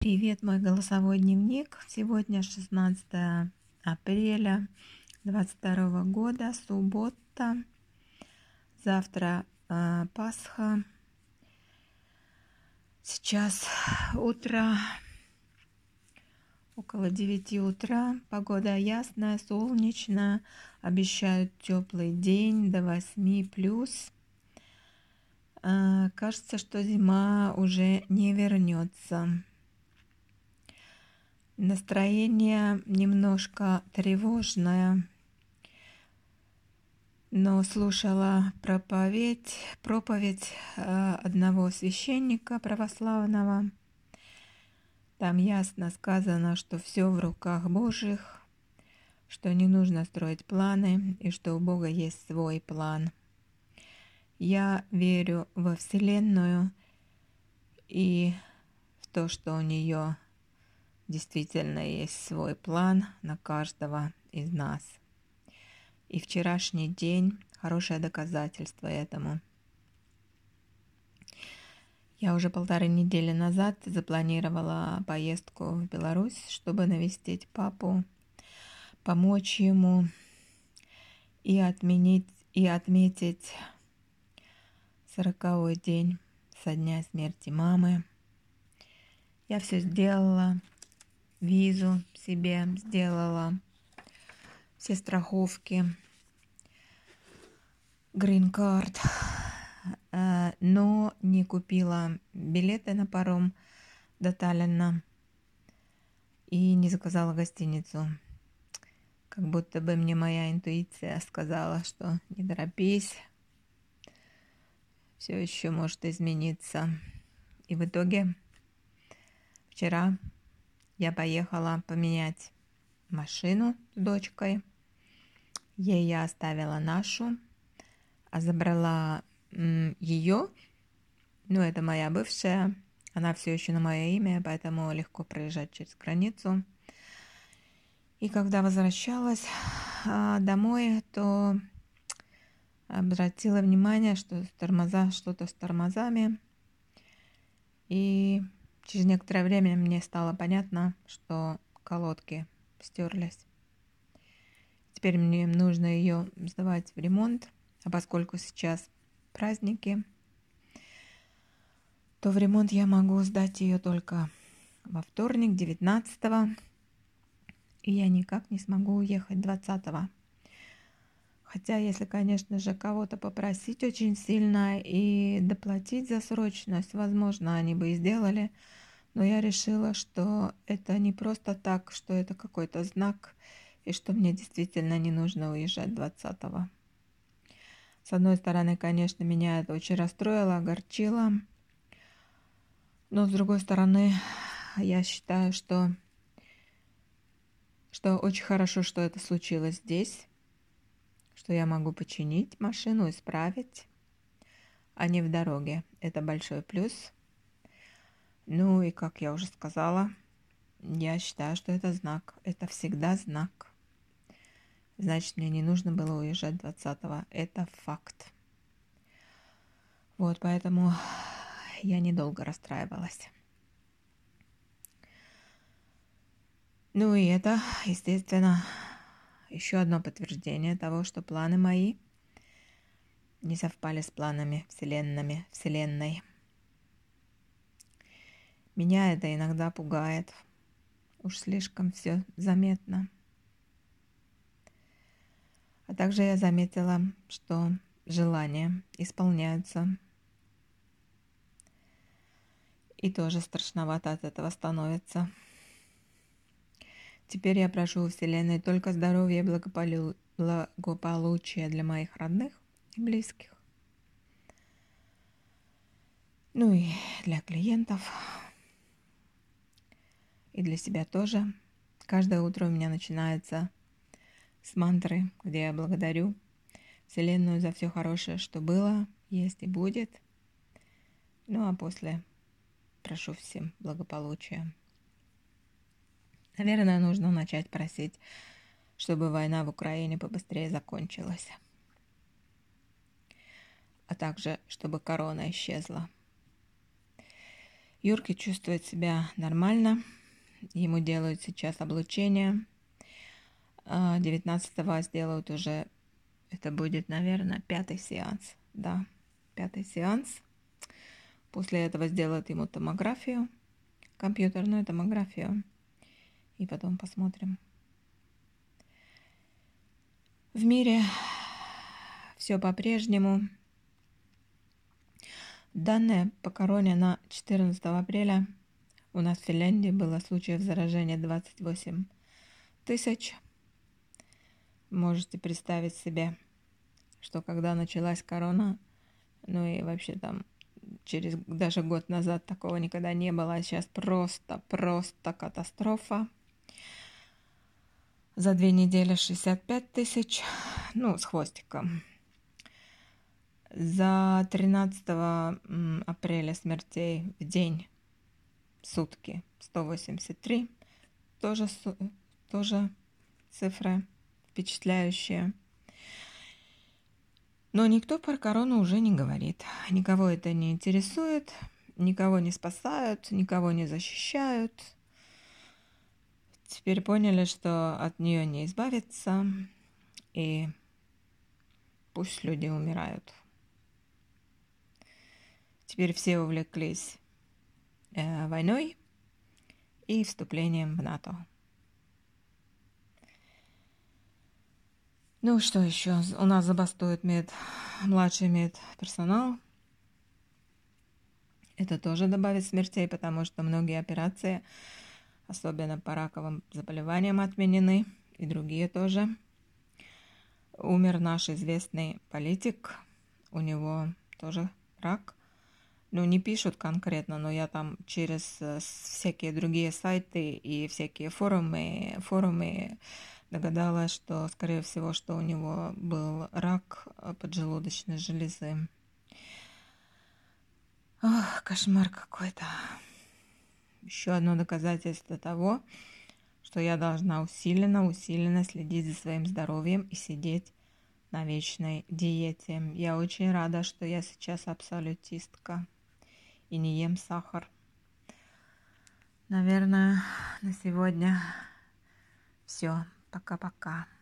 Привет, мой голосовой дневник. Сегодня 16 апреля 2022 года, суббота. Завтра Пасха. Сейчас утро, около 9 утра. Погода ясная, солнечная. Обещают теплый день до 8 плюс. Кажется, что зима уже не вернется. Настроение немножко тревожное, но слушала проповедь одного священника православного. Там ясно сказано, что все в руках Божьих, что не нужно строить планы и что у Бога есть свой план. Я верю во Вселенную и в то, что у нее действительно есть свой план на каждого из нас. И вчерашний день – хорошее доказательство этому. Я уже 1,5 недели назад запланировала поездку в Беларусь, чтобы навестить папу, помочь ему и отметить 40-й день со дня смерти мамы. Я все сделала. Визу себе сделала, все страховки, грин-карт, но не купила билеты на паром до Таллина и не заказала гостиницу. Как будто бы мне моя интуиция сказала, что не торопись, все еще может измениться. И в итоге вчера я поехала поменять машину с дочкой. Ей я оставила нашу, а забрала ее. Ну, это моя бывшая. Она все еще на мое имя, поэтому легко проезжать через границу. И когда возвращалась домой, то обратила внимание, что что-то с тормозами. И через некоторое время мне стало понятно, что колодки стерлись. Теперь мне нужно ее сдавать в ремонт, а поскольку сейчас праздники, то в ремонт я могу сдать ее только во вторник, 19-го, и я никак не смогу уехать 20-го. Хотя, если, конечно же, кого-то попросить очень сильно и доплатить за срочность, возможно, они бы и сделали, но я решила, что это не просто так, что это какой-то знак, и что мне действительно не нужно уезжать 20-го. С одной стороны, конечно, меня это очень расстроило, огорчило. Но с другой стороны, я считаю, что очень хорошо, что это случилось здесь, что я могу починить машину, исправить, а не в дороге. Это большой плюс. Ну и, как я уже сказала, я считаю, что это знак. Это всегда знак. Значит, мне не нужно было уезжать 20-го. Это факт. Вот, поэтому я недолго расстраивалась. Ну и это, естественно, еще одно подтверждение того, что планы мои не совпали с планами Вселенной. Меня это иногда пугает. Уж слишком все заметно. А также я заметила, что желания исполняются. И тоже страшновато от этого становится. Теперь я прошу у Вселенной только здоровья и благополучия для моих родных и близких. Ну и для клиентов. И для себя тоже. Каждое утро у меня начинается с мантры, где я благодарю Вселенную за все хорошее, что было, есть и будет. Ну а после прошу всем благополучия. Наверное, нужно начать просить, чтобы война в Украине побыстрее закончилась. А также, чтобы корона исчезла. Юрки чувствует себя нормально. Ему делают сейчас облучение. 19-го сделают уже, это будет, наверное, 5-й сеанс. Да, 5-й сеанс. После этого сделают ему томографию, компьютерную томографию. И потом посмотрим. В мире все по-прежнему. Данные по короне на 14 апреля у нас в Финляндии было случаев заражения 28 тысяч. Можете представить себе, что когда началась корона, ну и вообще там через даже год назад такого никогда не было, а сейчас просто катастрофа. За 2 недели 65 тысяч, ну, с хвостиком. За 13 апреля смертей в день, сутки 183, тоже цифры впечатляющие. Но никто про корону уже не говорит. Никого это не интересует, никого не спасают, никого не защищают. Теперь поняли, что от нее не избавиться, и пусть люди умирают. Теперь все увлеклись войной и вступлением в НАТО. Ну что еще? У нас забастует младший медперсонал. Это тоже добавит смертей, потому что многие операции, особенно по раковым заболеваниям, отменены, и другие тоже. Умер наш известный политик, у него тоже рак. Ну, не пишут конкретно, но я там через всякие другие сайты и всякие форумы догадалась, что, скорее всего, что у него был рак поджелудочной железы. Ох, кошмар какой-то. Еще одно доказательство того, что я должна усиленно следить за своим здоровьем и сидеть на вечной диете. Я очень рада, что я сейчас абсолютистка и не ем сахар. Наверное, на сегодня все. Пока-пока.